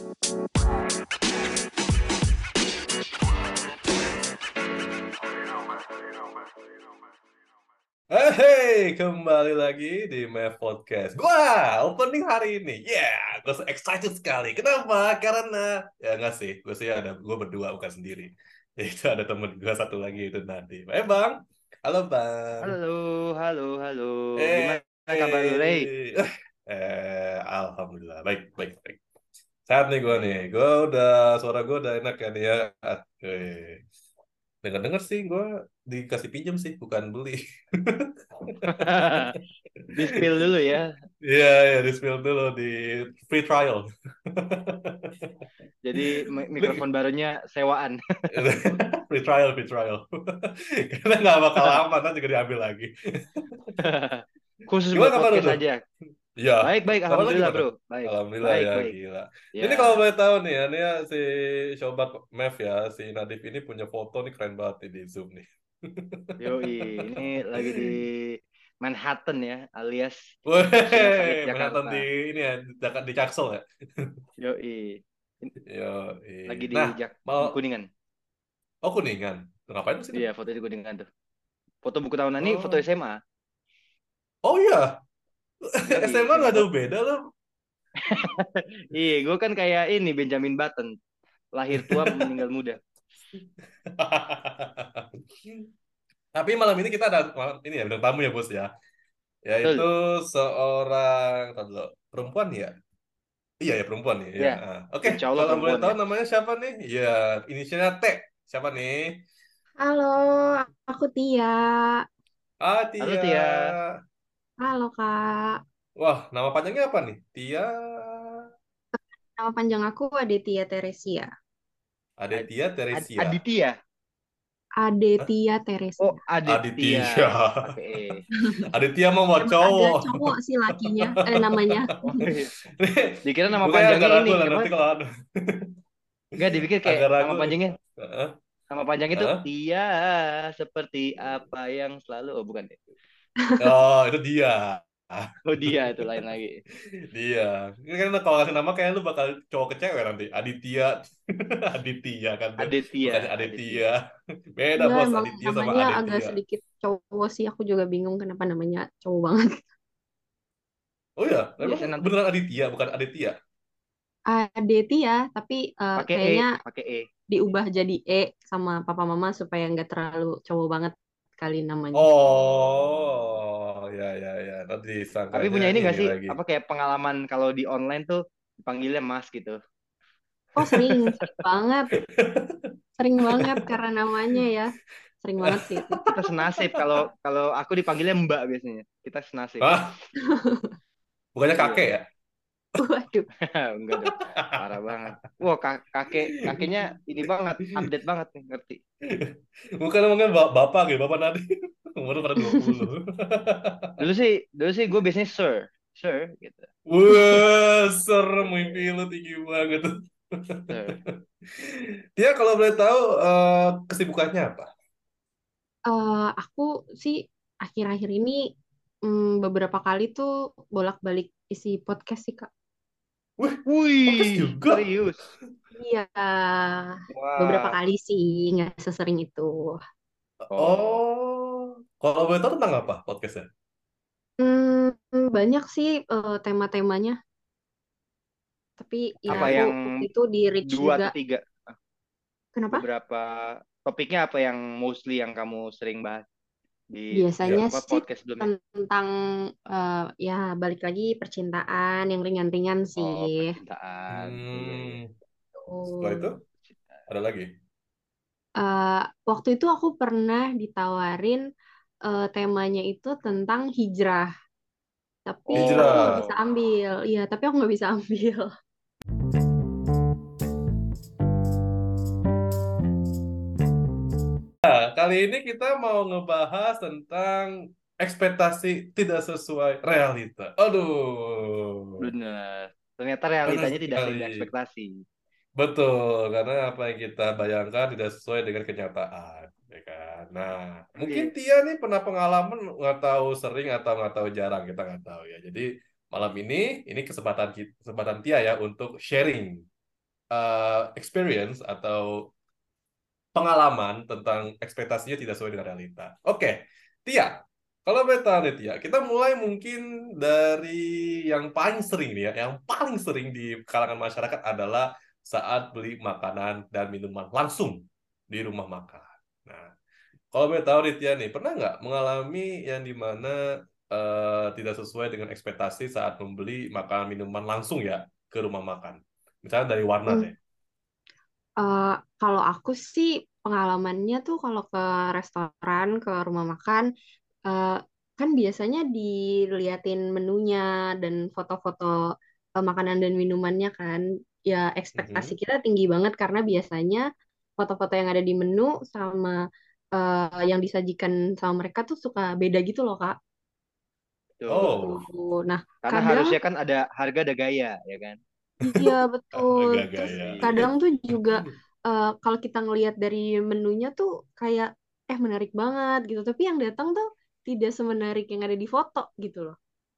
Hey, kembali lagi di Mev Podcast. Opening hari ini. Gue so excited sekali. Kenapa? Karena ya nggak sih, gue berdua bukan sendiri. Itu ada temen gue satu lagi itu Nadi. Bang. Halo Bang. Halo, halo, halo. Eh, Gimana kabar lu, Rey? Alhamdulillah baik baik baik. Saat nih gue nih, suara gue udah enak kan ya. Dengar-dengar sih gue dikasih pinjam sih, bukan beli. Di-spill dulu ya. Iya, ya, di spill dulu di free trial. Jadi mikrofon barunya sewaan. Free trial, free trial. Karena nggak bakal lama, nanti juga diambil lagi. Khusus Gimana buat kabar lu podcast tuh? aja. Iya, Baik, baik. kabar lu Alhamdulillah, gimana? bro. Baik, Alhamdulillah baik, ya, baik. gila. Ya, Ini kalau boleh tahu nih, ini ya si Sobat Mev ya, si Nadif ini punya foto nih keren banget nih di Zoom nih. yoi. Ini lagi di Manhattan ya, alias Cina Sait, Weh, Manhattan Jakarta. di ini ya, di Jaksel ya. Yoi. Ini Yo, lagi di nah, di mau Kuningan. Kuningan. Ngapain lu situ? Iya, foto di Kuningan tuh. Foto buku tahunan ini foto Oh, SMA. oh iya. Yoi, SMA SMA. nggak jauh beda loh. Iya, gue kan kayak ini Benjamin Button. Lahir tua, meninggal muda. Tapi malam ini kita ada ini ya bintang tamu ya bos ya, yaitu Betul. seorang tar dulu, perempuan ya. Iya ya perempuan nih. Ya. Ya, Oke, insya Allah kalau boleh perempuan tahu ya. namanya siapa nih? Iya, inisialnya T. Siapa nih? Halo, aku Tia. Ah, Halo Tia. Tia. Halo Kak. Wah, nama panjangnya apa nih? Tia. Nama panjang aku Adetia Teresia. Ad- Adetia Teresia. Aditya. Hah? Adetia Oh, Teresia. Aditya. Aditya. Pakai E. Aditya mau buat Emang agak cowok. cowok sih lakinya, namanya. Oh, iya. Dikira nama Gue kayak panjangnya agak ini ragu lah apa? nanti kalau ada. Enggak dipikir kayak Agak nama ragu. panjangnya. Heeh, Nama panjang itu heeh. Tia seperti apa yang selalu. Oh, bukan deh. Oh, itu dia. Oh, dia itu lain lagi. Dia. Ini kan kalau kasih nama kayak lu bakal cowok ke cewek nanti. Aditya. Aditya kan tuh. Aditya, Bukannya Aditya. Aditya. Beda Iya, bos, emang Aditya sama namanya agak Aditya. sedikit cowok sih. Aku juga bingung kenapa namanya cowok banget. Oh ya, Iya, emang saya nanti beneran Aditya, bukan Aditya. Adetia, tapi pakai E, kayaknya pakai E. diubah jadi sama papa mama supaya nggak terlalu cowok banget kali namanya. Oh. Oh, ya ya ya. Nanti Tapi disangkanya punya ini ini gak sih? lagi. Apa kayak pengalaman kalau di online tuh dipanggilnya Mas gitu? Oh sering, sering banget. Sering banget karena namanya ya. Sering banget sih itu. Kita senasib kalau kalau aku dipanggilnya Mbak biasanya. Kita senasib. Hah? Bukannya kakek Iya. ya? Waduh. Enggak dong. Parah banget. Wah, kakeknya ini banget, update banget nih, ngerti. Bukan mungkin bapak gitu, bapak nanti umur pada 20. Dulu sih gue biasanya Sir, Sir gitu. Wah, serem mimpi lu tinggi banget. Sir. Dia kalau boleh tahu kesibukannya apa? Aku sih akhir-akhir ini beberapa kali tuh bolak-balik isi podcast sih Kak. Wih, podcast Wih, juga. serius. Iya, beberapa Wah. kali sih, nggak sesering itu. Oh, Oh, kalau boleh tahu tentang apa podcastnya? Banyak sih tema-temanya, tapi ya apa aku yang waktu itu di reach dua juga. atau tiga? Kenapa? Beberapa topiknya apa yang mostly yang kamu sering bahas di Biasanya Ya. apa sih podcast sebelumnya? tentang ya balik lagi percintaan yang ringan-ringan Oh, sih. percintaan. Iya, iya. Hmm, setelah itu Tuh. ada lagi. Eh, Waktu itu aku pernah ditawarin temanya itu tentang hijrah, tapi aku nggak Hijrah. bisa Oh, ambil. Iya, tapi aku nggak bisa ambil. Nah, kali ini kita mau ngebahas tentang ekspektasi tidak sesuai realita. Aduh, benar. Ternyata benar realitanya tidak sekali. seindah ekspektasi. Betul, karena apa yang kita bayangkan tidak sesuai dengan kenyataan, ya kan? Nah, mungkin Iya. Tia nih pernah pengalaman nggak tahu sering atau nggak tahu jarang, kita nggak tahu ya. Jadi malam ini kesempatan Tia ya untuk sharing. experience atau pengalaman tentang ekspektasinya tidak sesuai dengan realita. Oke, Tia. Kalau beta nih Tia, kita mulai mungkin dari yang paling sering nih ya, yang paling sering di kalangan masyarakat adalah saat beli makanan dan minuman langsung di rumah makan. Nah, kalau boleh tahu nih Tia nih, pernah nggak mengalami yang dimana tidak sesuai dengan ekspektasi saat membeli makanan minuman langsung ya ke rumah makan? Misalnya dari warna Hmm, deh. kalau aku sih pengalamannya tuh kalau ke restoran, ke rumah makan, eh, kan biasanya diliatin menunya dan foto-foto makanan dan minumannya kan. Ya ekspektasi Mhm. kita tinggi banget karena biasanya foto-foto yang ada di menu sama yang disajikan sama mereka tuh suka beda gitu loh, Kak. Gitu. Betul. Oh, Nah, Karena kadang harusnya kan ada harga ada gaya, ya kan? iya betul. agak Terus gaya. kadang Iya. tuh juga kalau kita ngelihat dari menunya tuh kayak menarik banget gitu. Tapi yang datang tuh tidak semenarik yang ada di foto gitu loh.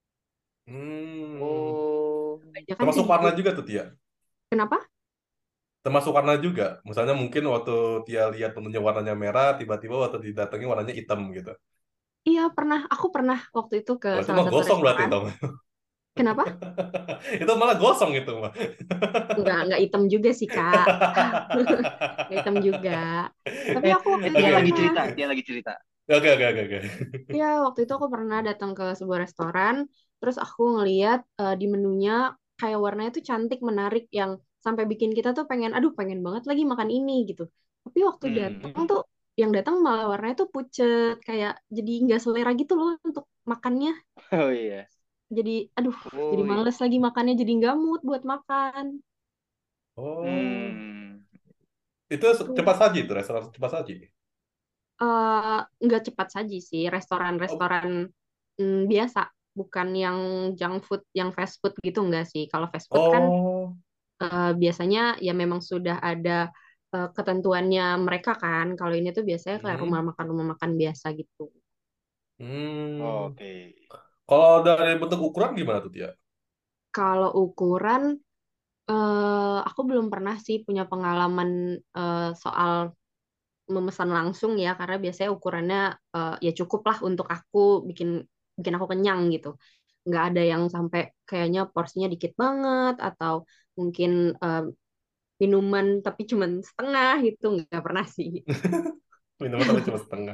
Hmm. Oh, Ya kan Termasuk kayak gitu. warna juga tuh Tia. Kenapa? Termasuk warna juga. Misalnya mungkin waktu Tia lihat menunya warnanya merah, tiba-tiba waktu didatangi warnanya hitam gitu. Iya pernah. Aku pernah waktu itu ke Oh, itu salah mah satu gosong berarti restoran. dong. Kenapa? Itu malah gosong itu mah. Nggak hitam juga sih Kak. Nggak hitam juga. Tapi aku waktu itu Tia lagi Oke. pernah. cerita, Tia lagi cerita. Oke, oke, oke, oke. Ya, waktu itu aku pernah datang ke sebuah restoran, terus aku ngeliat di menunya kayak warnanya tuh cantik, menarik, yang sampai bikin kita tuh pengen, aduh pengen banget lagi makan ini gitu. Tapi waktu datang Hmm. tuh, yang datang malah warnanya tuh pucet, kayak jadi nggak selera gitu loh untuk makannya. Oh iya. Jadi, aduh, jadi Oh iya. males lagi makannya, jadi nggak mood buat makan. Oh, Hmm. itu Tuh. cepat saji itu restoran cepat saji. Nggak cepat saji sih, Oh, restoran-restoran biasa, bukan yang junk food, yang fast food gitu enggak sih. Kalau fast food kan oh, biasanya ya memang sudah ada ketentuannya mereka kan. Kalau ini tuh biasanya kayak hmm, rumah makan biasa gitu. hmm. Oke. Kalau dari bentuk ukuran gimana tuh Tia? Kalau ukuran, aku belum pernah sih punya pengalaman soal memesan langsung ya, karena biasanya ukurannya ya cukup lah untuk aku bikin bikin aku kenyang gitu. Nggak ada yang sampai kayaknya porsinya dikit banget atau mungkin minuman tapi cuman setengah gitu, nggak pernah sih. Minuman tapi cuma setengah.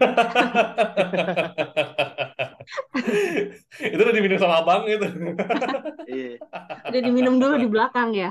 Itu udah diminum sama abang itu. Iya. Udah diminum dulu di belakang ya.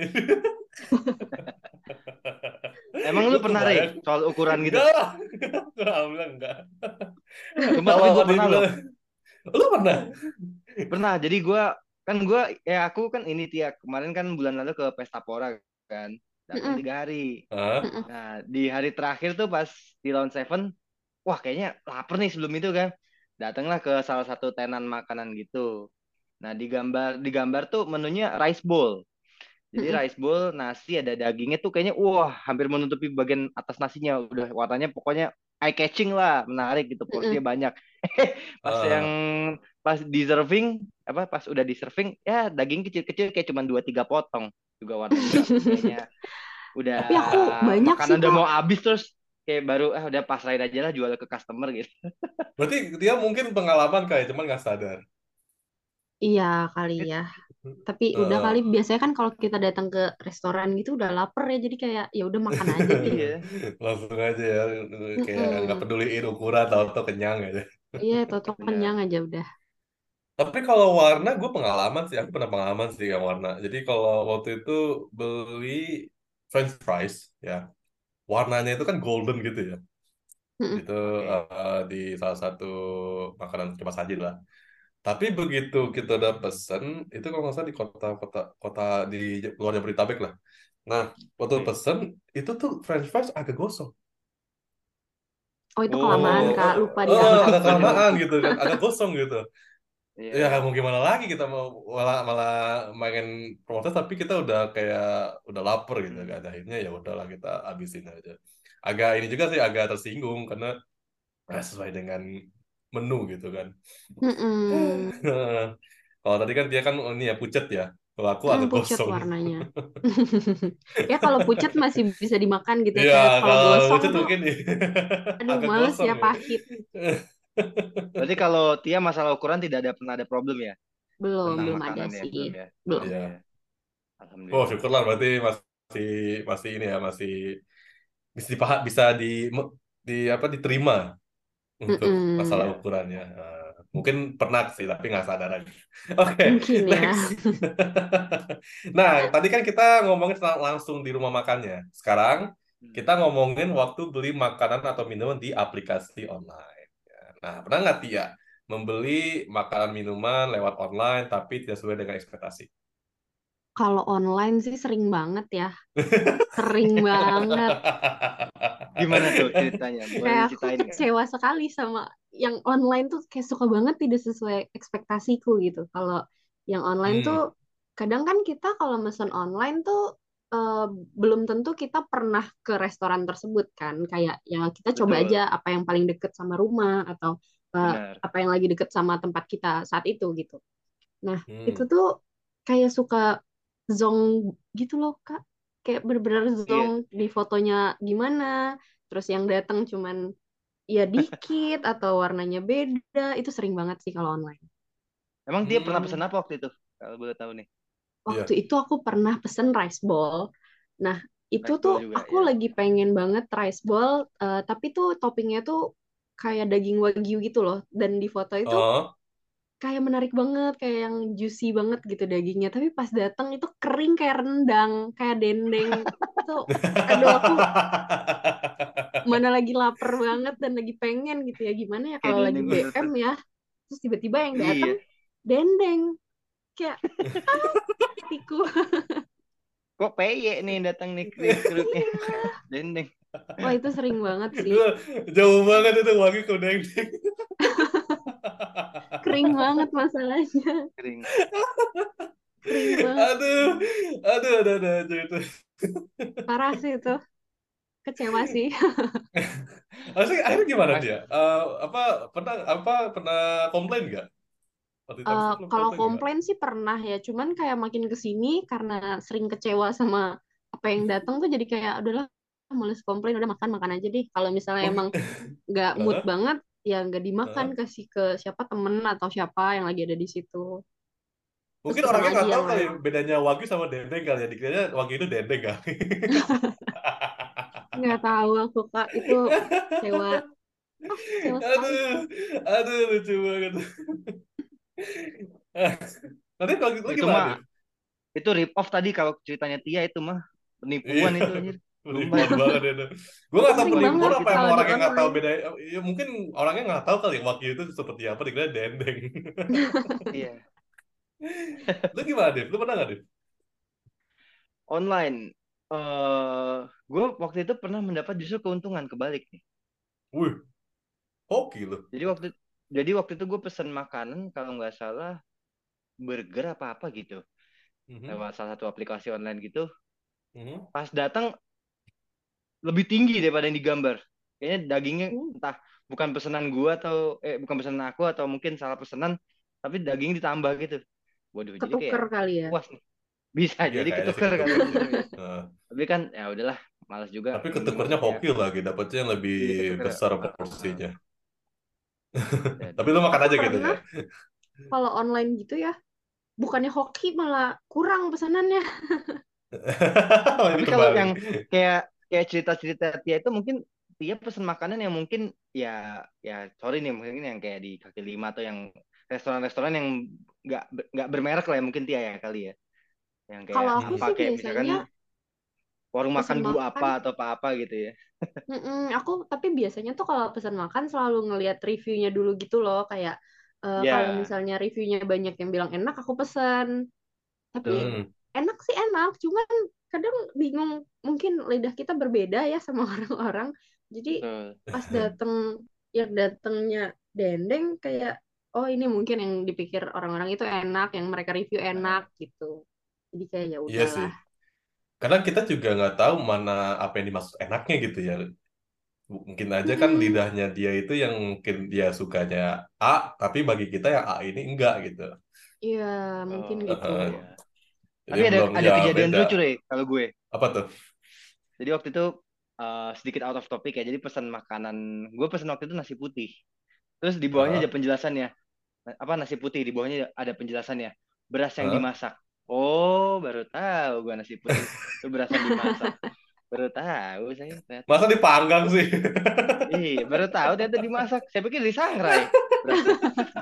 Emang lu Gue pernah, Re, kebayang. soal ukuran gitu? Enggak lah. Alhamdulillah enggak. Sumpah, tapi gue Kalau pernah loh. dibilang, lu pernah? Pernah. Jadi gue aku kan ini Tia kemarin kan bulan lalu ke Pesta Pora kan, datang Mm-mm, 3 hari. Hah? mm-mm, Nah di hari terakhir tuh pas di Lawn Seven, wah kayaknya lapar nih sebelum itu kan. Datanglah ke salah satu tenan makanan gitu. Nah di gambar tuh menunya rice bowl. Jadi mm-mm, rice bowl nasi ada dagingnya tuh kayaknya wah hampir menutupi bagian atas nasinya. Udah warnanya pokoknya eye catching lah, menarik gitu, mm-mm. porsinya banyak. Pas yang Ah. pas di serving apa pas udah di serving ya daging kecil-kecil kayak cuma 2 3 potong. Juga warnanya nggak kayaknya udah Tapi aku banyak sih makanan udah Kak. mau habis terus kayak baru udah pasrahin aja lah jual ke customer gitu. Berarti dia mungkin pengalaman kayak cuman nggak sadar. Iya kali ya. Tapi udah kali, Heeh. biasanya kan kalau kita datang ke restoran gitu udah lapar ya, jadi kayak ya udah makan aja deh. Iya. Langsung aja ya, kayak nggak Mm-mm. peduliin ukuran, tahu-tahu kenyang aja. Iya, toto kenyang Benar. aja udah. Tapi kalau warna, gue pengalaman sih, aku pernah pengalaman sih yang warna. Jadi kalau waktu itu beli French fries, ya, warnanya itu kan golden gitu ya. Mm-mm. Itu Oke. di salah satu makanan cepat saji lah. Tapi begitu kita udah pesen, itu kalau nggak salah di kota-kota kota di luar Jabodetabek lah. Nah, waktu Oke. pesen, itu tuh French fries agak gosong. Oh, itu Waktu kelamaan Kak, Oh, lupa diangkat. agak waduh. kelamaan gitu kan, agak gosong gitu. Iya, Ya iya. mau gimana lagi kita mau malah malah main protes tapi kita udah kayak udah lapar gitu Hmm. kan. Akhirnya ya udahlah kita habisin aja. Agak ini juga sih agak tersinggung karena sesuai dengan menu gitu kan. Mm-mm. Kalau tadi kan dia kan ini ya pucet ya. Kalau aku agak Pucat gosong. warnanya. Ya kalau pucat masih bisa dimakan gitu ya. Iya, Kayak kalau kalau gosong pucat tuh, mungkin aduh agak males gosong ya ya. pahit. Berarti kalau Tia masalah ukuran tidak ada pernah ada problem ya Belum, tentang belum ada makanan ya, sih. belum ya? Belum. Oke, Iya. Oh, alhamdulillah. syukurlah berarti masih masih ini ya, masih bisa bisa di apa diterima untuk Mm-mm. masalah Iya. ukurannya. Mungkin pernah sih, tapi nggak sadar aja. Oke, Mungkin next. ya. Nah, tadi kan kita ngomongin tentang langsung di rumah makannya. Sekarang Hmm. kita ngomongin waktu beli makanan atau minuman di aplikasi online. Nah, pernah nggak Tia membeli makanan minuman lewat online tapi tidak sesuai dengan ekspektasi? Kalau online sih sering banget ya. Sering banget. Gimana tuh ceritanya? Boleh Kayak aku diceritain nggak? kecewa sekali sama yang online tuh kayak suka banget tidak sesuai ekspektasiku gitu. Kalau yang online tuh Hmm, kadang kan kita kalau mesen online tuh eh, belum tentu kita pernah ke restoran tersebut kan. Kayak ya kita coba aja Betul, apa yang paling deket sama rumah atau benar. apa yang lagi deket sama tempat kita saat itu gitu. Nah, itu hmm. tuh kayak suka zong gitu loh, Kak. Kayak bener-bener zong Iya. di fotonya gimana, terus yang datang cuman ya dikit atau warnanya beda. Itu sering banget sih kalau online. Emang dia pernah Hmm, pesan apa waktu itu? Kalau boleh tahu nih. Waktu iya. itu aku pernah pesen rice ball. Nah, itu Rice tuh bowl juga aku ya. lagi pengen banget rice ball, tapi tuh toppingnya tuh kayak daging wagyu gitu loh. Dan di foto itu Oh. kayak menarik banget, kayak yang juicy banget gitu dagingnya. Tapi pas datang itu kering kayak rendang, kayak dendeng. Itu, aduh aku mana lagi lapar banget dan lagi pengen gitu ya. Gimana ya Kayak kalau lagi dendeng bener BM tuh. ya. Terus tiba-tiba yang datang Iya. dendeng. Kayak hatiku. Kok peye nih datang nih kerupnya. Iya. Dendeng. Wah itu sering banget sih. Jauh banget itu wangi ke dendeng. Kering banget masalahnya. Kering. Kering banget. Aduh, aduh, aja itu. Parah sih itu. Kecewa sih. Akhirnya gimana Mas, dia? Apa pernah komplain nggak? Waktu itu habis itu belum Kalau komplain nggak? komplain sih pernah ya, cuman kayak makin ke sini karena sering kecewa sama apa yang datang tuh jadi kayak udahlah males komplain, udah makan makan aja deh. Kalau misalnya emang Mungkin, nggak mood Hah? banget ya nggak dimakan, Hah? kasih ke siapa temen atau siapa yang lagi ada di situ. Terus Mungkin pesen orangnya lagi nggak tahu yang kali lain. bedanya wagyu sama dendeng kali ya. Dikiranya wagyu itu dendeng kali. Nggak tahu aku Kak, itu kecewa. Oh, kecewa sekali. Aduh, aduh lucu banget. Nanti lu itu gimana, mah Dev? itu rip off tadi kalau ceritanya Tia itu mah Iya, penipuan itu anjir. Sumpah penipuan itu. banget itu. Gue Itu nggak tahu sering penipuan banget Penipuan apa itu. emang kalau di orang yang nggak tahu online. beda. Ya, mungkin orangnya nggak tahu kali wagyu itu seperti apa. Dikira dendeng. Iya. Lu gimana, Dev? Lu pernah nggak, Dev? Online. Eh, gue waktu itu pernah mendapat justru keuntungan kebalik nih. Wih, hoki lu. Jadi waktu jadi waktu itu gue pesen makanan kalau nggak salah burger apa apa gitu Mhm, lewat salah satu aplikasi online gitu. mhm. Pas datang lebih tinggi daripada yang digambar. Kayaknya dagingnya Hmm, entah bukan pesanan gua atau bukan pesanan aku atau mungkin salah pesanan tapi daging ditambah gitu. Waduh, jadi kayak Ketuker kali ya. puas nih. Bisa Iya, jadi kayaknya sih ketuker kali ketuker ya sih. sistemnya. Heeh. Tapi kan ya udahlah, malas juga Tapi mending ketukernya ya hoki lagi, dapetnya yang lebih iya ketuker. besar Heeh. porsinya. Tapi Jadi lu makan Aku aja gitu ya. pernah kalau online gitu ya, bukannya hoki malah kurang pesanannya. Ini tapi kalau kebalik. yang kayak kayak cerita-cerita Tia itu mungkin Tia pesen makanan yang mungkin ya ya sorry nih mungkin yang kayak di kaki lima atau yang restoran-restoran yang nggak nggak bermerek lah ya mungkin Tia ya kali ya yang kayak Kalau aku apa Hmm. sih kayak misalkan biasanya warung makan pesan Bu makan, apa atau apa-apa gitu ya. aku tapi biasanya tuh kalau pesan makan selalu ngelihat reviewnya dulu gitu loh, kayak kalau Ya, misalnya reviewnya banyak yang bilang enak, aku pesan. Tapi betul. Hmm. enak sih enak, cuman kadang bingung, mungkin lidah kita berbeda ya sama orang-orang. Jadi Betul. pas dateng yang datengnya dendeng kayak oh ini mungkin yang dipikir orang-orang itu enak, yang mereka review enak Nah, gitu. Jadi kayak ya Iya sih. udahlah. Kadang kita juga nggak tahu mana apa yang dimaksud enaknya gitu ya. Mungkin aja kan Mm-mm. lidahnya dia itu yang mungkin dia sukanya A, tapi bagi kita yang A ini enggak gitu. Iya, mungkin oh gitu. Heeh. ya. Jadi Tapi belum, ada ya kejadian beda. lucu deh kalau gue. Apa tuh? Jadi waktu itu sedikit out of topic ya. Jadi pesan makanan, gue pesan waktu itu nasi putih. Terus di bawahnya ada Hah? penjelasannya. Apa nasi putih di bawahnya ada penjelasannya. Beras yang Hah? dimasak. Oh, baru tahu gue nasi putih itu beras yang dimasak. Baru tahu saya ternyata. Masa dipanggang sih? Iya, baru tahu ternyata dimasak. Saya pikir disangrai berasnya.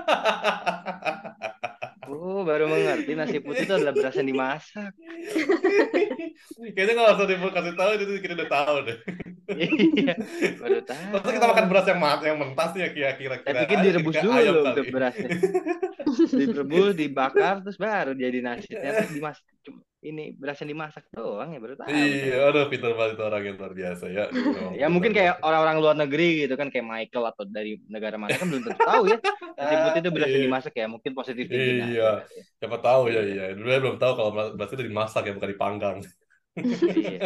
Oh, baru mengerti nasi putih itu adalah beras yang dimasak. Kayaknya nggak usah kasih tahu, itu kita udah tahu deh. Iya, baru Masa kita makan tahu. beras yang yang mentah sih ya, Saya kira-kira pikir aja jadi direbus kayak ayam dulu kali. untuk berasnya. Direbus, dibakar, terus baru jadi nasi. Ternyata dimasak. Ini beras yang dimasak doang ya, baru tahu Iya, saya. aduh pintar banget itu orang yang luar biasa ya. Memang Ya pintar mungkin banget. kayak orang-orang luar negeri gitu kan, kayak Michael atau dari negara mana kan belum tentu tahu ya. Nasi putih itu beras yang Iya, dimasak ya, mungkin positive thinking iya. aja kali ya. Siapa tahu ya, Iya, iya. Dulu saya belum tahu kalau beras itu dimasak ya, bukan dipanggang. iya.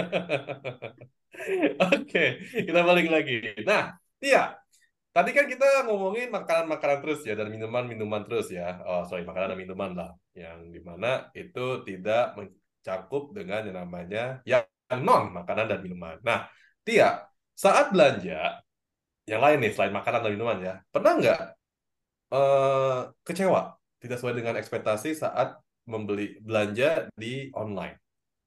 Oke, kita balik lagi. Nah, iya. Tadi kan kita ngomongin makanan-makanan terus ya, dan minuman-minuman terus ya. Oh, sorry, makanan dan minuman lah. Yang dimana itu tidak mencakup dengan yang namanya yang non makanan dan minuman. Nah, Tia, saat belanja, yang lain nih selain makanan dan minuman ya, pernah nggak kecewa, tidak sesuai dengan ekspektasi saat membeli belanja di online?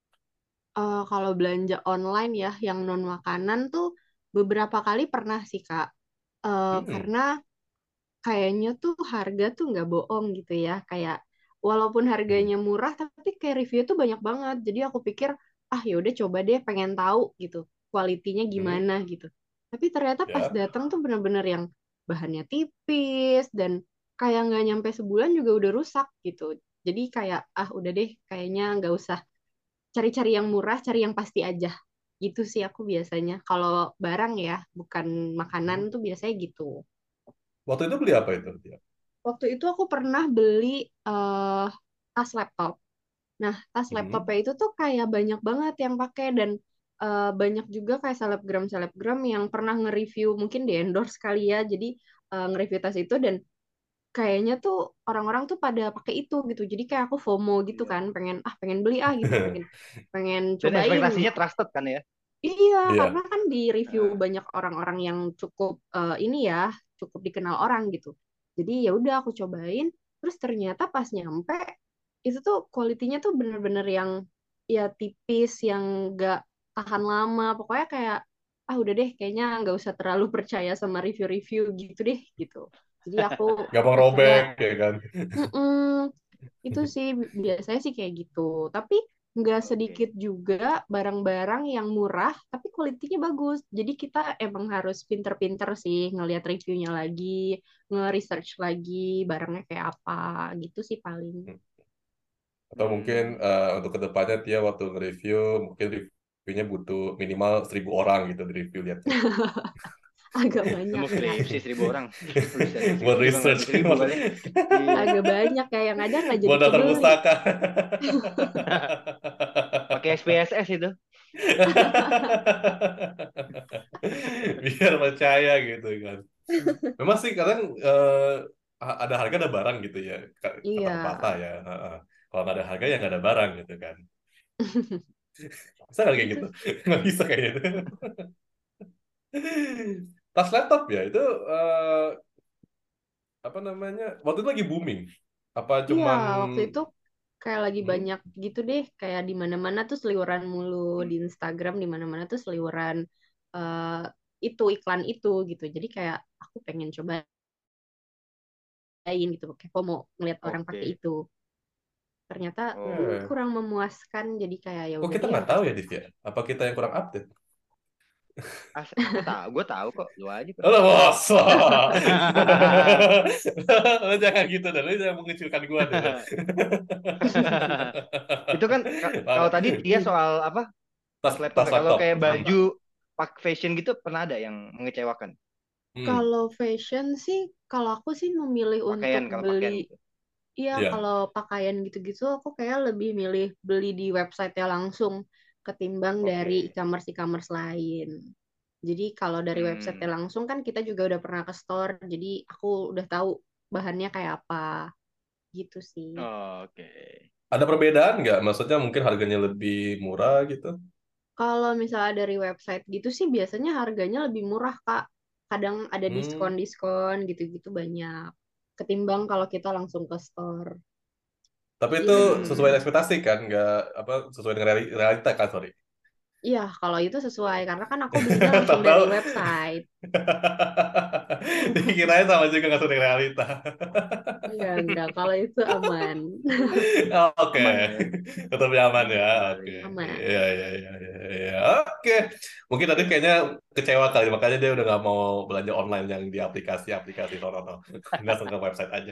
Kalau belanja online ya, yang non makanan tuh beberapa kali pernah sih Kak. Hmm. Karena kayaknya tuh harga tuh nggak bohong gitu ya. Kayak walaupun Hmm. harganya murah, tapi kayak review tuh banyak banget. Jadi aku pikir, ah yaudah coba deh, pengen tahu gitu, kualitinya Hmm. gimana gitu. Tapi ternyata pas Ya. datang tuh bener-bener yang bahannya tipis dan kayak nggak nyampe sebulan juga udah rusak gitu. Jadi kayak ah udah deh, kayaknya nggak usah cari-cari yang murah, cari yang pasti aja. Gitu sih aku biasanya. Kalau barang ya, bukan makanan Hmm. tuh biasanya gitu. Waktu itu beli apa itu, Tia? Waktu itu aku pernah beli eh, tas laptop. Nah, tas Hmm. laptopnya itu tuh kayak banyak banget yang pakai dan banyak juga kayak selebgram-selebgram yang pernah nge-review, mungkin di endorse kali ya. Jadi nge-review tas itu dan kayaknya tuh orang-orang tuh pada pakai itu gitu. Jadi kayak aku FOMO gitu kan, pengen beli ah gitu, pengen pengen Dan cobain ekspektasinya gitu. trusted kan ya. Iya, karena Iya. kan di review Nah, banyak orang-orang yang cukup ini ya, cukup dikenal orang gitu. Jadi ya udah aku cobain, terus ternyata pas nyampe itu tuh kualitinya tuh bener-bener yang ya tipis, yang gak tahan lama. Pokoknya kayak ah udah deh, kayaknya nggak usah terlalu percaya sama review-review gitu deh gitu. Jadi aku Gampang akhirnya robek ya kan. "Mm-mm, itu sih biasanya sih kayak gitu. Tapi nggak sedikit oke. juga barang-barang yang murah tapi kualitinya bagus. Jadi kita emang harus pinter-pinter sih ngelihat reviewnya lagi, nge-research lagi barangnya kayak apa gitu sih paling. Atau mungkin Hmm. untuk kedepannya dia waktu nge-review mungkin reviewnya butuh minimal 1.000 orang gitu di review lihatnya. Agak banyak Nemu ya. skripsi 1.000 orang. Buset, Buat skripsi juga nggak research, 1.000 kali ya. Iya. Agak banyak ya yang ada nggak jadi buat daftar kebeli. pustaka. Pakai SPSS itu. Biar percaya gitu kan. Memang sih kadang ada harga ada barang gitu ya, kata Iya. pepatah ya. Kalau nggak ada harga ya nggak ada barang gitu kan. Bisa nggak kayak Itu gitu? Nggak bisa kayak gitu. Tas laptop ya itu apa namanya? Waktu itu lagi booming. Apa iya, cuman waktu itu kayak lagi hmm? banyak gitu deh, kayak di mana-mana tuh seliweran mulu di Instagram, di mana-mana tuh seliweran eh, itu iklan itu gitu. Jadi kayak aku pengen cobain gitu, kepo mau ngeliat orang pakai Oke. itu. Ternyata Eh, kurang memuaskan, jadi kayak ya kok udah kita deh nggak aku tahu ya, skip Div ya? aja. Apa kita yang kurang update? Aku tahu, gue tahu kok. Lu aja kurang Halo, tahu. bos. Lo jangan gitu deh. Lo jangan mengecilkan gua deh. Itu kan kalau tadi dia Makanya, soal apa? tas Tas laptop tas ya. Kalau laptop. kayak baju pak fashion gitu pernah ada yang mengecewakan? Hmm. Kalau fashion sih, kalau aku sih memilih untuk Pakaian kalau beli. pakaian gitu. Iya, Iya. kalau pakaian gitu-gitu aku kayak lebih milih beli di website-nya langsung ketimbang dari Oke. e-commerce lain. Jadi kalau dari website-nya Hmm. langsung kan kita juga udah pernah ke store, jadi aku udah tahu bahannya kayak apa gitu sih. Oke. Ada perbedaan nggak? Maksudnya mungkin harganya lebih murah gitu? Kalau misalnya dari website gitu sih biasanya harganya lebih murah, Kak. Kadang ada Hmm. diskon-diskon gitu-gitu banyak. Ketimbang kalau kita langsung ke store. Tapi itu sesuai Hmm. ekspektasi kan? Nggak apa sesuai dengan realita kan? Sorry. Iya, kalau itu sesuai. Karena kan aku belinya langsung dari Tahu-tahu. website. Dikirain sama juga nggak sesuai dengan realita. Enggak. Kalau itu aman. Oke, Aman, tetap nyaman ya. Oke, Kembali. iya, aman. iya, iya, iya, iya. Oke, mungkin tadi kayaknya kecewa kali, makanya dia udah nggak mau belanja online yang di aplikasi-aplikasi no. Langsung ke website aja.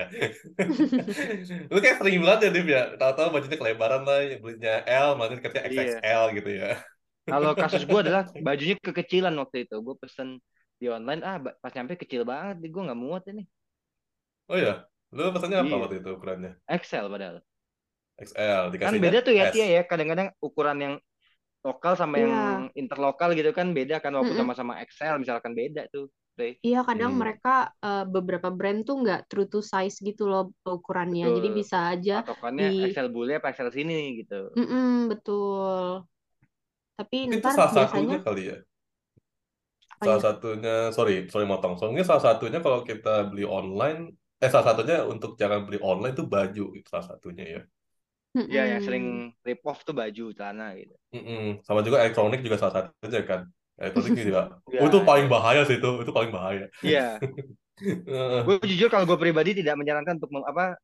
Lu kayak sering banget ya, Div ya. Tahu-tahu bajunya kelebaran lah, yang belinya L, malah dikatnya Iya. XXL gitu ya. Kalau kasus gue adalah bajunya kekecilan waktu itu. Gue pesen di online, pas nyampe kecil banget. Gue nggak muat ini. Oh ya, lu pesannya apa Iya. waktu itu ukurannya? XL padahal. XL, Kan beda dikasihnya tuh ya S. Tia ya. Kadang-kadang ukuran yang lokal sama yang Iya. interlokal gitu kan beda kan. Walaupun Mm-mm. sama-sama XL misalkan beda tuh. Deh. Iya, kadang Hmm. mereka beberapa brand tuh nggak true to size gitu loh ukurannya. Jadi Betul. bisa aja di. Patokannya XL bule apa XL sini gitu. Mm-mm, betul. Tapi Mungkin itu ntar salah biasanya satunya kali ya. Salah apanya? satunya, sorry motong. Soalnya salah satunya kalau kita beli online, salah satunya untuk jangan beli online itu baju, itu salah satunya ya. Ya yang sering Mm-mm. rip off tuh baju celana gitu. Mm-mm. Sama juga elektronik juga salah satunya kan. Elektronik juga, oh itu Ya, paling ya. bahaya sih itu paling bahaya. Iya. Gue jujur kalau gue pribadi tidak menyarankan untuk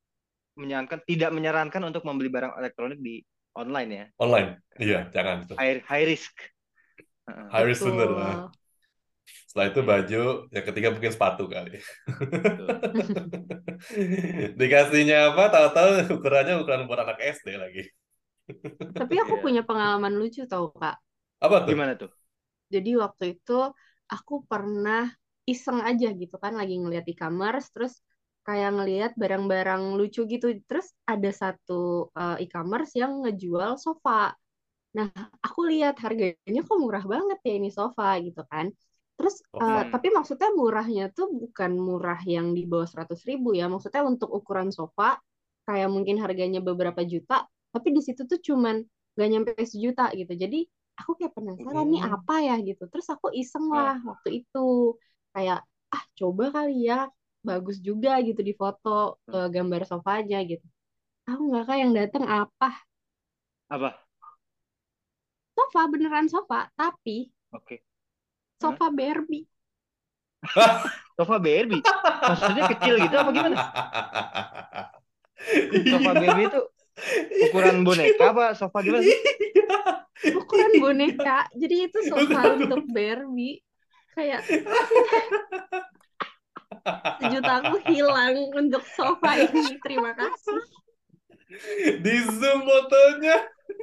tidak menyarankan untuk membeli barang elektronik di online ya. Online, iya Karena jangan tuh. high risk. Heeh, High risk bener lah. Betul. Setelah itu iya, baju, yang ketiga mungkin sepatu kali. betul. Dikasihnya apa? Tahu-tahu ukurannya ukuran buat anak SD lagi. Tapi aku punya Iya. pengalaman lucu tau, Kak. Apa tuh? Gimana tuh? Jadi waktu itu aku pernah iseng aja gitu kan lagi ngeliat e-commerce terus kayak ngeliat barang-barang lucu gitu. Terus ada satu e-commerce yang ngejual sofa. Nah, aku lihat harganya kok murah banget ya ini sofa gitu kan. Terus, Sofa. tapi Hmm. maksudnya murahnya tuh bukan murah yang di bawah 100.000 ya. Maksudnya untuk ukuran sofa, kayak mungkin harganya beberapa juta, tapi di situ tuh cuman gak nyampe sejuta gitu. Jadi, aku kayak penasaran nih Hmm. apa ya gitu. Terus aku iseng lah Ah, waktu itu. Kayak, coba kali ya, bagus juga gitu di foto gambar sofanya gitu. Aku nggak kayak yang datang apa? apa? Sofa, beneran sofa, tapi Oke. Hah? sofa Barbie. Sofa Barbie. Maksudnya kecil gitu apa gimana? Sofa Iya. Barbie itu ukuran boneka apa sofa gimana sih? Iya. Ukuran Iya. boneka. Jadi itu sofa Bukan. untuk Barbie. Kayak sejuta aku hilang untuk sofa ini. Terima kasih. Di zoom fotonya.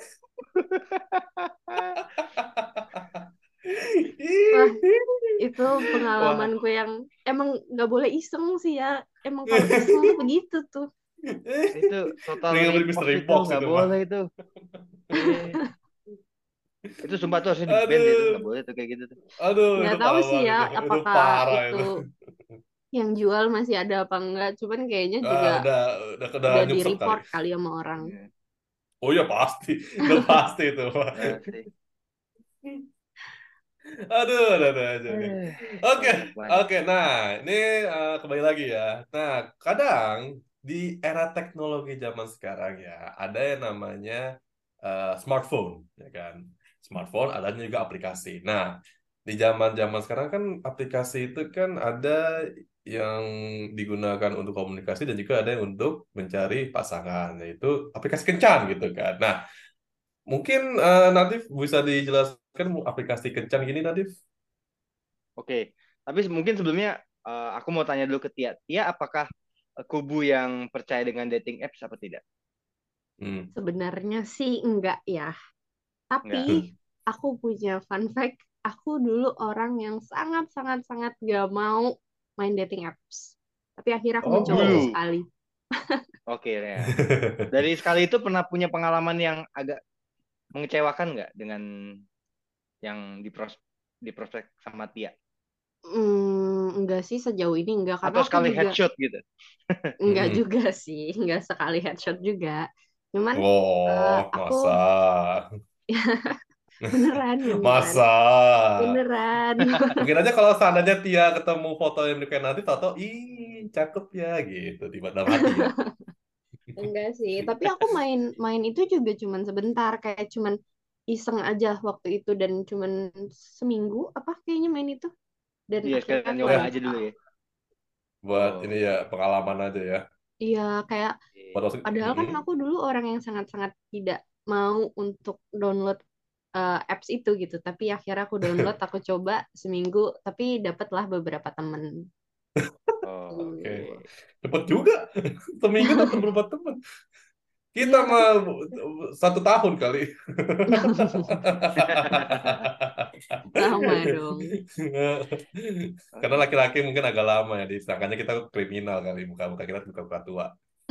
Wah, itu Wah, pengalamanku yang emang nggak boleh iseng sih ya. Emang kalau iseng tuh begitu tuh. itu total Pengen beli rip off mystery itu box nggak itu mah. boleh itu. Iya. Itu sumpah tuh harusnya di band itu nggak Aduh, boleh tuh kayak gitu tuh. aduh, Nggak itu tahu parah sih banget ya, itu apakah parah itu itu. yang jual masih ada apa enggak. Cuman kayaknya Ah, juga udah udah di nyungsep kali. report kali sama orang. Iya, Oh ya pasti, udah pasti itu. pasti. Aduh aja nih. Oke, Pengalaman. oke. Nah, ini kembali lagi ya. Nah, kadang di era teknologi zaman sekarang ya, ada yang namanya smartphone, ya kan? Smartphone, adanya juga aplikasi. Nah, di zaman-zaman sekarang kan aplikasi itu kan ada yang digunakan untuk komunikasi dan juga ada yang untuk mencari pasangan, yaitu aplikasi kencan gitu kan. Nah, mungkin Nadif bisa dijelaskan aplikasi kencan gini, Nadif? Oke, tapi mungkin sebelumnya aku mau tanya dulu ke Tia. Tia, apakah kubu yang percaya dengan dating apps apa tidak? Hmm. Sebenarnya sih enggak ya. Tapi Enggak. aku punya fun fact. Aku dulu orang yang sangat gak mau main dating apps. Tapi akhirnya aku mencoba Oh. Dulu. sesekali. Oke, ya. Dari sekali itu pernah punya pengalaman yang agak mengecewakan nggak dengan yang di prospek sama Tia? Enggak sih sejauh ini enggak. Karena Atau aku sekali juga headshot gitu? enggak Mm-mm. juga sih. Enggak sekali headshot juga. Cuman Oh, aku masa. beneran beneran Masa. beneran. Mungkin aja kalau seandainya Tia ketemu foto yang kayak nanti, tahu ih cakep ya gitu di dalam hati ya. Enggak sih, tapi aku main main itu juga cuman sebentar, kayak cuman iseng aja waktu itu dan cuman seminggu apa kayaknya main itu dan Iya, akhirnya sekalian aku nyoba Eh, aja dulu uninstall. ya. buat ini Oh, ya pengalaman aja ya. Iya, kayak Foto padahal kan aku dulu orang yang sangat-sangat tidak mau untuk download apps itu gitu, tapi akhirnya aku download, aku coba seminggu, tapi dapatlah beberapa temen. oh, Oke, oke. cepet juga. Seminggu dapat berapa teman? Kita Iya, tapi mah 1 tahun kali. lama dong. Karena Oke. laki-laki mungkin agak lama ya, disangkanya kita kriminal kali, muka-muka kita buka-buka tua.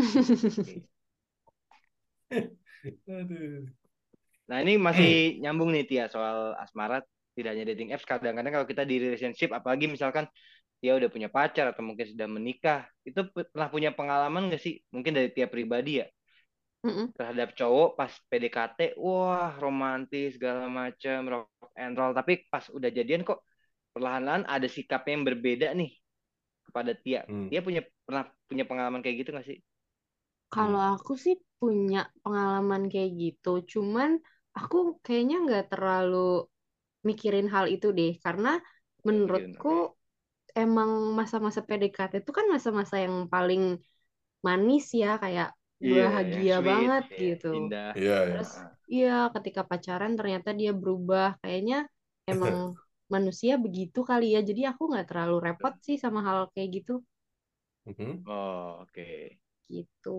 Aduh. Nah, ini masih nyambung nih Tia soal asmara, tidak hanya dating apps. Kadang-kadang kalau kita di relationship, apalagi misalkan Tia udah punya pacar atau mungkin sudah menikah, itu pernah punya pengalaman nggak sih? Mungkin dari Tia pribadi ya, Mm-mm. terhadap cowok pas PDKT, wah romantis segala macam, rock and roll. Tapi pas udah jadian kok perlahan-lahan ada sikapnya yang berbeda nih kepada Tia. Hmm, Tia pernah punya pengalaman kayak gitu nggak sih? Kalau hmm, aku sih punya pengalaman kayak gitu, cuman aku kayaknya nggak terlalu mikirin hal itu deh, karena Gak mikirin, menurutku oke. emang masa-masa PDKT itu kan masa-masa yang paling manis ya, kayak Iya, yang bahagia sweet, banget ya, gitu. indah. iya ya. Terus iya, ketika pacaran ternyata dia berubah, kayaknya emang manusia begitu kali ya. Jadi aku nggak terlalu repot sih sama hal kayak gitu Mhm, Oh, oke. gitu.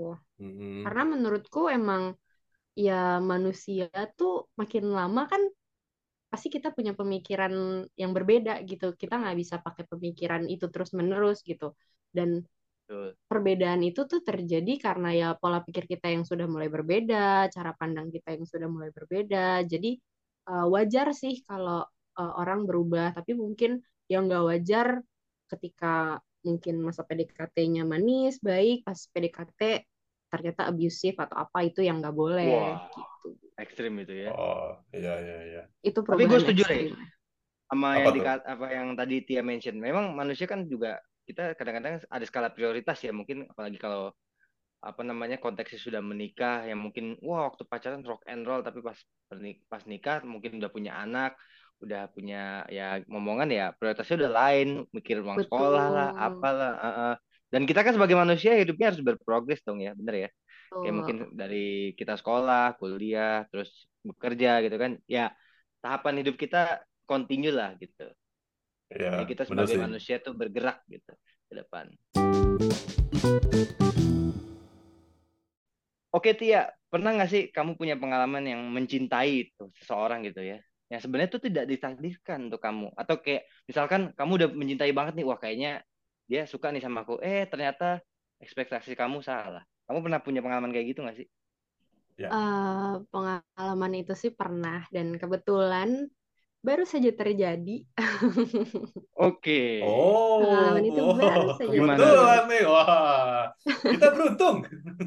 mhm, Karena menurutku emang ya manusia tuh makin lama kan pasti kita punya pemikiran yang berbeda gitu. Kita Betul, nggak bisa pakai pemikiran itu terus-menerus gitu. Dan betul. perbedaan itu tuh terjadi karena ya pola pikir kita yang sudah mulai berbeda, cara pandang kita yang sudah mulai berbeda. Jadi wajar sih kalau orang berubah, tapi mungkin yang nggak wajar ketika mungkin masa PDKT-nya manis, baik, pas PDKT ternyata abusive atau apa, itu yang nggak boleh Wah, gitu. ekstrim itu ya. oh iya iya iya. Itu Tapi gue perubahan setuju deh ekstrim. sama Apa yang tuh? apa yang tadi Tia mention. Memang manusia kan juga kita kadang-kadang ada skala prioritas ya. Mungkin apalagi kalau apa namanya konteksnya sudah menikah, yang mungkin wah waktu pacaran rock and roll, tapi pas nikah mungkin udah punya anak, udah punya ya ngomongan ya prioritasnya udah lain, mikir uang sekolah lah, Betul. apalah. Dan kita kan sebagai manusia hidupnya harus berprogres dong ya, bener ya. Kayak mungkin Betul. dari kita sekolah, kuliah, terus bekerja gitu kan. Ya, tahapan hidup kita continue lah gitu. Ya Jadi kita bener sebagai sih. manusia tuh bergerak gitu ke depan. Oke Tia, pernah nggak sih kamu punya pengalaman yang mencintai itu seseorang gitu ya? Yang sebenarnya itu tidak ditakdirkan untuk kamu. Atau kayak misalkan kamu udah mencintai banget nih, wah kayaknya dia suka nih sama aku. Ternyata ekspektasi kamu salah. Kamu pernah punya pengalaman kayak gitu nggak sih? Ya. Pengalaman itu sih pernah dan kebetulan baru saja terjadi. Oke. Pengalaman itu baru Oh, saja Gimana tuh? kebetulan terjadi. nih. Wah, kita beruntung.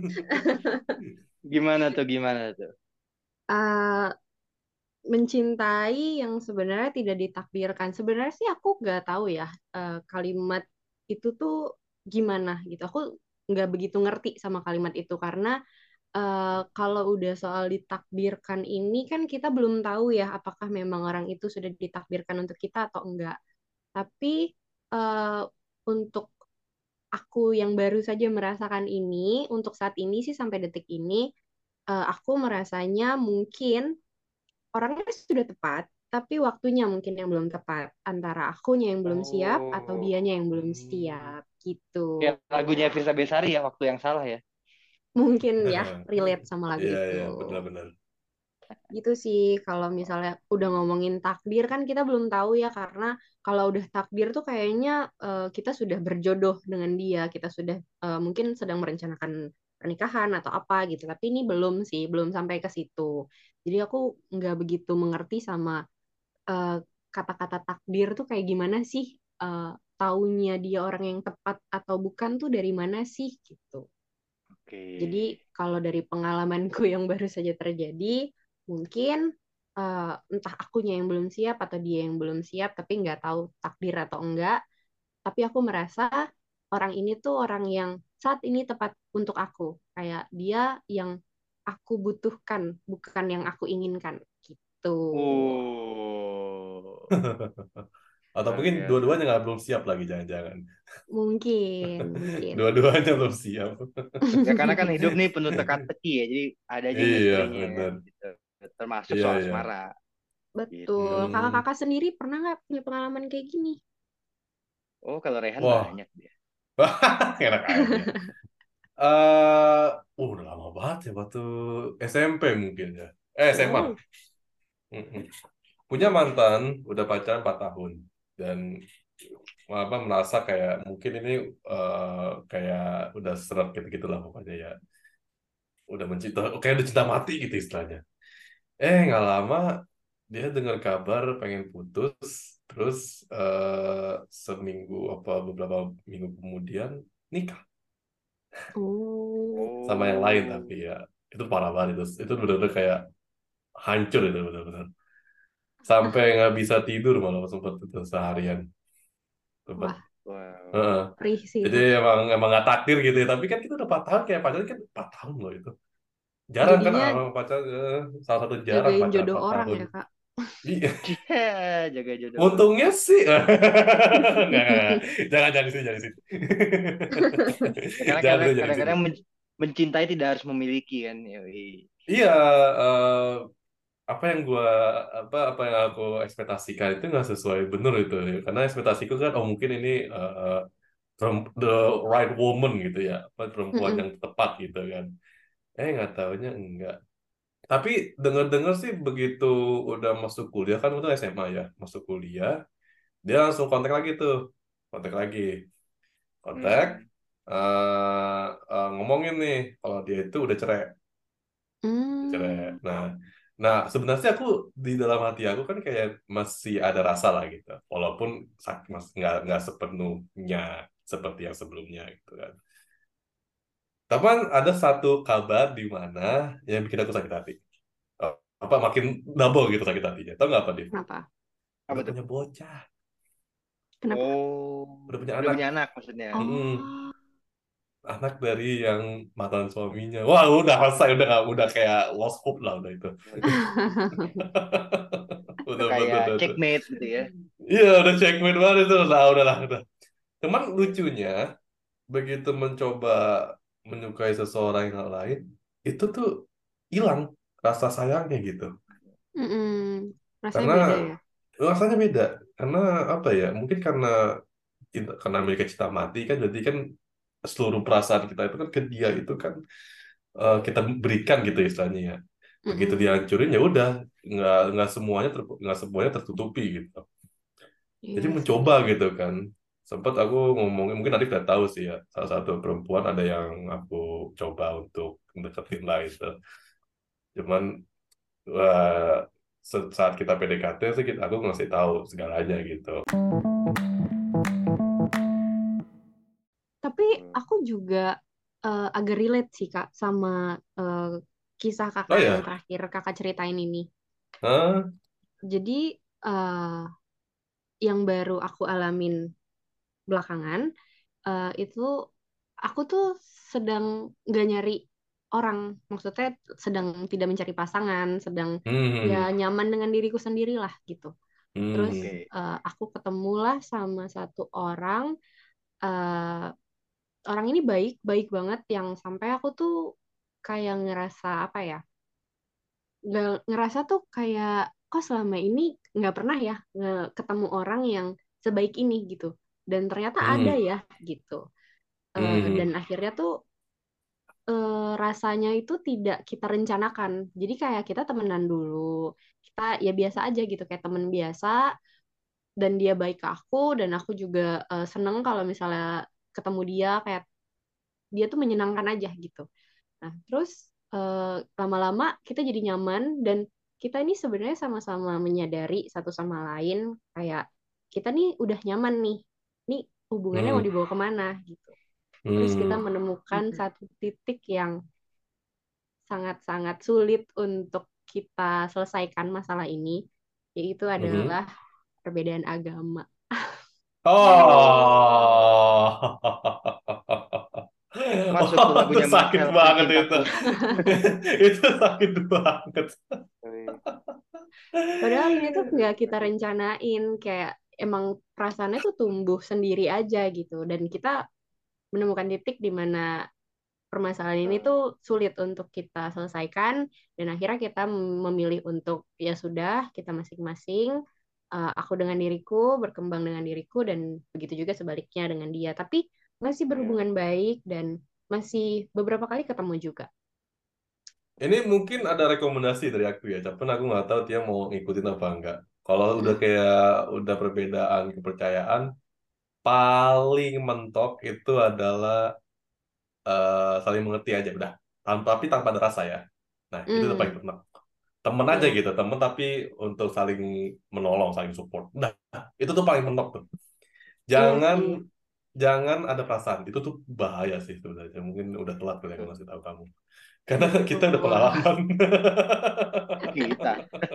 Gimana tuh? Eh, Mencintai yang sebenarnya tidak ditakdirkan. Sebenarnya sih aku nggak tahu ya kalimat itu tuh gimana gitu. Aku nggak begitu ngerti sama kalimat itu karena kalau udah soal ditakdirkan ini kan kita belum tahu ya apakah memang orang itu sudah ditakdirkan untuk kita atau enggak. Tapi eh, untuk aku yang baru saja merasakan ini, untuk saat ini sih sampai detik ini, aku merasanya mungkin orangnya sudah tepat, tapi waktunya mungkin yang belum tepat. Antara akunya yang belum siap atau Oh, dianya yang belum Hmm. siap gitu. kayak lagunya Firsa Besari ya, waktu yang salah ya. Mungkin ya relate sama lagu Iya itu. iya benar-benar. Gitu sih, kalau misalnya udah ngomongin takdir kan kita belum tahu ya, karena kalau udah takdir tuh kayaknya kita sudah berjodoh dengan dia, kita sudah mungkin sedang merencanakan pernikahan atau apa gitu, tapi ini belum sih, belum sampai ke situ. Jadi aku nggak begitu mengerti sama eh, kata-kata takdir tuh kayak gimana sih, taunya dia orang yang tepat atau bukan tuh dari mana sih gitu. Jadi kalau dari pengalamanku yang baru saja terjadi, mungkin entah akunya yang belum siap atau dia yang belum siap, tapi nggak tahu takdir atau enggak. Tapi aku merasa orang ini tuh orang yang saat ini tepat untuk aku. Kayak dia yang aku butuhkan, bukan yang aku inginkan. Gitu. Oh, Atau luar mungkin biasa. dua-duanya nggak belum siap lagi, jangan-jangan. Mungkin, mungkin. Dua-duanya belum siap. Ya karena kan hidup nih penuh teka-teki ya, jadi ada aja Iya, misterinya kan, benar. gitu. Termasuk Iya, soal iya. asmara, Betul. gitu. Hmm. Kakak-kakak sendiri pernah nggak punya pengalaman kayak gini? Oh, kalau Rehan Wah, banyak dia. enak aja. Udah lama banget ya waktu SMP mungkin ya. SMA. Oh, Mm-mm. Punya mantan, udah pacaran 4 tahun. Dan apa merasa kayak mungkin ini kayak udah seret gitu-gitu lah pokoknya ya. Udah mencinta, kayak udah cinta mati gitu istilahnya. Nggak lama dia dengar kabar pengen putus, terus seminggu apa beberapa minggu kemudian nikah oh, sama yang lain Oh, tapi ya itu parah banget itu benar-benar kayak hancur itu benar-benar sampai nggak bisa tidur malah sempat itu seharian sempat. wah, wow. Heeh. perih sih Jadi itu. emang nggak takdir gitu ya tapi kan kita udah 4 tahun kayak pacaran kan 4 tahun loh itu jarang kan Jadinya orang pacaran salah satu jarang jagain pacaran jodoh 4 orang tahun. ya, Kak. Iya. Cia, jaga jodoh orang. Untungnya sih nggak. Jangan di sini jangan di sini. Ya, karena Jangan dulu jangan di sini. kadang-kadang mencintai tidak harus memiliki kan. Yoi. Iya, eh, apa yang gua apa yang aku ekspektasikan itu nggak sesuai bener itu karena ekspektasiku kan oh mungkin ini the right woman gitu ya apa perempuan Mm-mm. yang tepat gitu kan nggak taunya enggak tapi dengar-dengar sih begitu udah masuk kuliah kan udah SMA ya masuk kuliah dia langsung kontak lagi tuh kontak lagi kontak Hmm. ngomongin nih kalau dia itu udah cerai cerai. Hmm. Nah, sebenarnya aku di dalam hati aku kan kayak masih ada rasa lah gitu, walaupun mas nggak sepenuhnya seperti yang sebelumnya gitu kan. Tapi kan ada satu kabar di mana yang bikin aku sakit hati. Oh, apa makin double gitu sakit hatinya. Tahu nggak apa dia? Kenapa? Apa Udah tuh? punya bocah, Kenapa? Oh, udah punya udah anak. punya anak maksudnya. Mm-mm. Oh, Anak dari yang mantan suaminya. Wah, udah selesai, udah kayak lost hope lah udah itu. Udah Udah kayak betul. checkmate gitu ya. Iya, udah checkmate banget itu. Lah, udahlah, udah. Cuman lucunya, begitu mencoba menyukai seseorang yang lain, itu tuh hilang rasa sayangnya gitu. mm-mm. Rasanya Karena beda ya. rasanya beda. Karena apa ya? Mungkin karena karena memiliki cinta mati kan, jadi kan seluruh perasaan kita itu kan ke dia itu kan kita berikan gitu istilahnya ya. Begitu Mm-mm. dihancurin ya udah nggak semuanya tertutupi gitu. Jadi Iya sih. mencoba gitu kan. Sempat aku ngomongin, mungkin Adif udah tahu sih ya, salah satu perempuan ada yang aku coba untuk deketin lah itu. Cuman saat kita PDKT sih aku ngasih tahu segalanya gitu. Tapi aku juga agak relate sih, Kak, sama eh, kisah Oh kakak yang ya, terakhir kakak ceritain ini. hah? Jadi yang baru aku alamin belakangan itu aku tuh sedang nggak nyari orang, maksudnya sedang tidak mencari pasangan, sedang ya Hmm, nyaman dengan diriku sendiri lah gitu. Terus hmm, Oke. aku ketemulah sama satu orang, eh, orang ini baik baik banget yang sampai aku tuh kayak ngerasa apa ya, nggak ngerasa tuh kayak kok selama ini nggak pernah ya ketemu orang yang sebaik ini gitu, dan ternyata ada hmm, ya gitu. Dan hmm, akhirnya tuh rasanya itu tidak kita rencanakan. Jadi kayak kita temenan dulu, kita ya biasa aja gitu kayak temen biasa, dan dia baik ke aku dan aku juga seneng kalau misalnya ketemu dia, kayak dia tuh menyenangkan aja gitu. Nah terus lama-lama kita jadi nyaman, dan kita ini sebenarnya sama-sama menyadari satu sama lain kayak kita nih udah nyaman nih, nih hubungannya mau hmm, dibawa kemana gitu. Terus kita Hmm. menemukan satu titik yang sangat-sangat sulit untuk kita selesaikan masalah ini, yaitu Mhm. adalah perbedaan agama. Oh. Masuk tuh Wah, itu lagunya sakit Marcel banget itu. Pencintaku. Itu sakit banget. Padahal ini tuh nggak kita rencanain, kayak emang perasaannya tuh tumbuh sendiri aja gitu. Dan kita menemukan titik di mana permasalahan ini tuh sulit untuk kita selesaikan, dan akhirnya kita memilih untuk ya sudah, kita masing-masing, aku dengan diriku, berkembang dengan diriku, dan begitu juga sebaliknya dengan dia. Tapi masih Iya. berhubungan baik dan masih beberapa kali ketemu juga. Ini mungkin ada rekomendasi dari aku ya, tapi aku nggak tahu dia mau ngikutin apa enggak. Kalau udah Mm, kayak udah perbedaan kepercayaan, paling mentok itu adalah saling mengerti aja udah. Tapi tanpa ada rasa ya. Nah, itu udah paling mm, mentok. Temen aja iya, gitu, temen tapi untuk saling menolong, saling support. Nah, itu tuh paling mentok tuh. iya Jangan sih. jangan ada perasaan. Itu tuh bahaya sih sebenarnya. Mungkin udah telat kali yang Betul. ngasih tahu kamu. Karena kita udah Betul. pengalaman. Kita.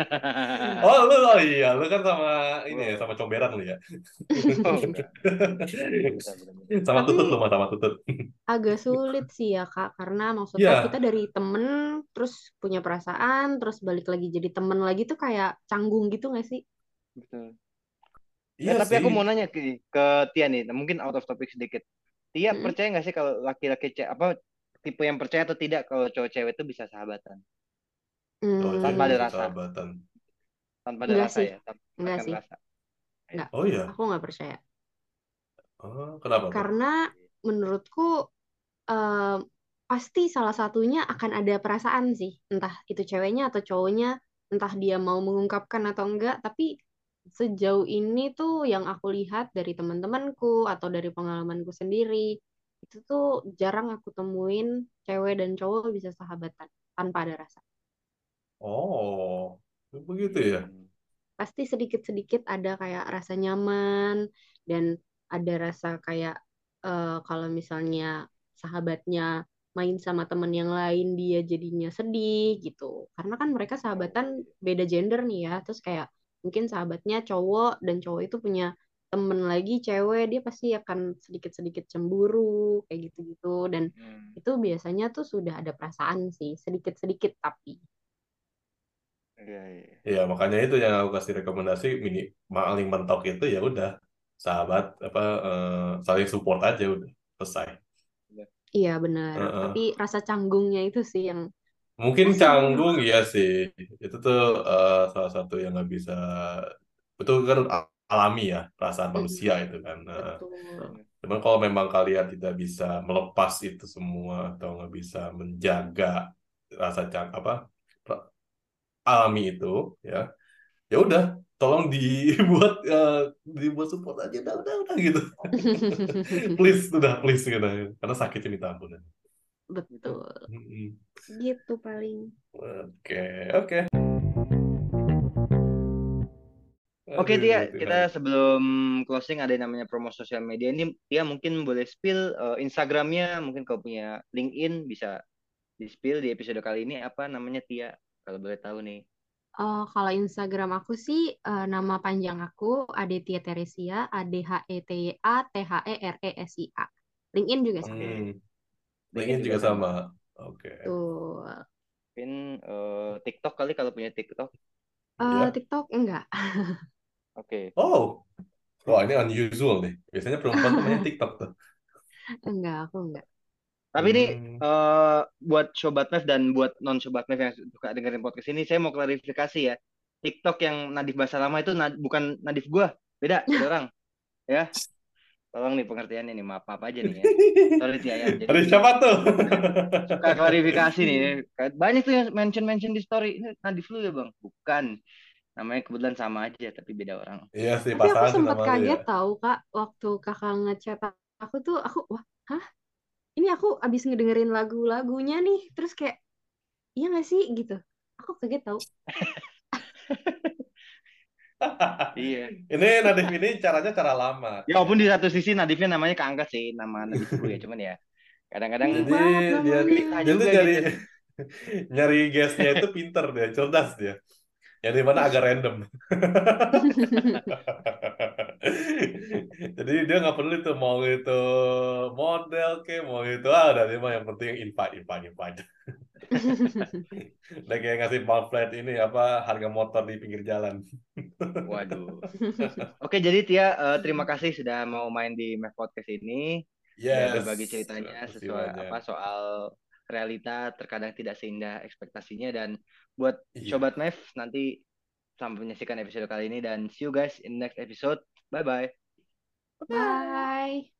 Oh iya, lu kan sama ini ya, sama Wow. comberan lu ya. Oh, enggak. Benar, benar, benar. Sama tutut lu Tapi mah sama tutut. agak sulit sih ya Kak, karena maksudnya kita Iya, dari temen, terus punya perasaan, terus balik lagi jadi temen lagi tuh kayak canggung gitu nggak sih? Betul. iya Tapi sih. aku mau nanya ke Tia nih, nah, mungkin out of topic sedikit. Tia Mm-mm. percaya nggak sih kalau laki-laki apa tipe yang percaya atau tidak kalau cowok cewek itu bisa sahabatan Cowok cewek tanpa Hmm, ada bisa rasa, sahabatan. tanpa ada enggak rasa sih, ya, tanpa enggak melibatkan sih, rasa. Iya. enggak. Oh iya. Aku nggak percaya. Oh, kenapa tuh? Karena menurutku eh, pasti salah satunya akan ada perasaan sih, entah itu ceweknya atau cowoknya, entah dia mau mengungkapkan atau enggak, tapi sejauh ini tuh yang aku lihat dari teman-temanku atau dari pengalamanku sendiri, itu tuh jarang aku temuin cewek dan cowok bisa sahabatan tanpa ada rasa. Oh, begitu ya. Hmm. Pasti sedikit-sedikit ada kayak rasa nyaman, dan ada rasa kayak kalau misalnya sahabatnya main sama temen yang lain dia jadinya sedih gitu, karena kan mereka Oh, sahabatan beda gender nih ya, terus kayak mungkin sahabatnya cowok dan cowok itu punya temen lagi cewek, dia pasti akan sedikit-sedikit cemburu kayak gitu-gitu, dan hmm. itu biasanya tuh sudah ada perasaan sih sedikit-sedikit tapi. Iya, iya. Ya, makanya itu yang aku kasih rekomendasi paling mentok itu ya udah sahabat apa saling support aja udah selesai. Iya. Iya benar, tapi Heeh. rasa canggungnya itu sih yang Mungkin masih belum. canggung ya sih. Itu tuh salah satu yang nggak bisa betul kan alami ya perasaan manusia Mm-mm, itu kan. betul. Cuman kalau memang kalian tidak bisa melepas itu semua atau nggak bisa menjaga rasa apa alami itu ya ya udah tolong dibuat dibuat support aja udah gitu. Please udah please gitu karena sakitnya minta ampun. Betul. Betul. Mm-mm. Gitu paling. Oke oke. Oke Aduh Tia, kita Tuhan. sebelum closing ada yang namanya promo sosial media ini. Tia mungkin boleh spill Instagramnya, mungkin kalau punya LinkedIn bisa di spill di episode kali ini apa namanya Tia, kalau boleh tahu nih. Kalau Instagram aku sih nama panjang aku Aditya Teresia, ADHETYA THERESIA. LinkedIn juga sama. Hmm, LinkedIn linknya juga juga sama. sama. Oke. Tuh. Mungkin TikTok kali kalau punya TikTok. Ya. TikTok enggak. Oke. Oh, wah ini unusual nih. Biasanya perempuan tuh main TikTok tuh. Enggak, aku enggak. Tapi ini Hmm. buat Sobat Mev dan buat non Sobat Mev yang suka dengerin podcast ini, saya mau klarifikasi ya. TikTok yang Nadif bahasa lama itu bukan Nadif gua, beda, beda orang. Ya, tolong nih pengertiannya nih, maaf maaf aja nih ya. Sorry Tia ya. Jadi Ada siapa tuh? suka klarifikasi nih. Banyak tuh yang mention di story. Ini Nadif lu ya bang? Bukan. Namanya kebetulan sama aja, tapi beda orang. Iya sih Tapi aku pasangan sih sempat nama lu ya. kaget tahu Kak, waktu Kakak ngechat aku tuh, aku wah, hah? Ini aku abis ngedengerin lagu-lagunya nih, terus kayak iya nggak sih gitu. Aku kaget tahu. Iya. Ini Nadif ini caranya cara lama. Ya walaupun di satu sisi Nadifnya namanya keangkat sih, nama Nadifku ya. Cuman ya kadang-kadang Unik Jadi banget dia gelisah namanya. dia tuh juga nyari gitu. nyari guestnya itu pinter dia, cerdas dia. Yang di mana agak random. Jadi dia nggak perlu itu mau itu model ke mau itu udah dia mah yang penting invite invite invite. Udah kayak ngasih pamflet ini apa harga motor di pinggir jalan. Waduh. Oke, jadi Tia, terima kasih sudah mau main di Mac Podcast ini. Ya Yes, berbagi ceritanya makasih sesuai banyak. apa soal realita terkadang tidak seindah ekspektasinya dan buat Iya. sobat Mev nanti sampai menyaksikan episode kali ini dan see you guys in next episode. Bye bye. Bye.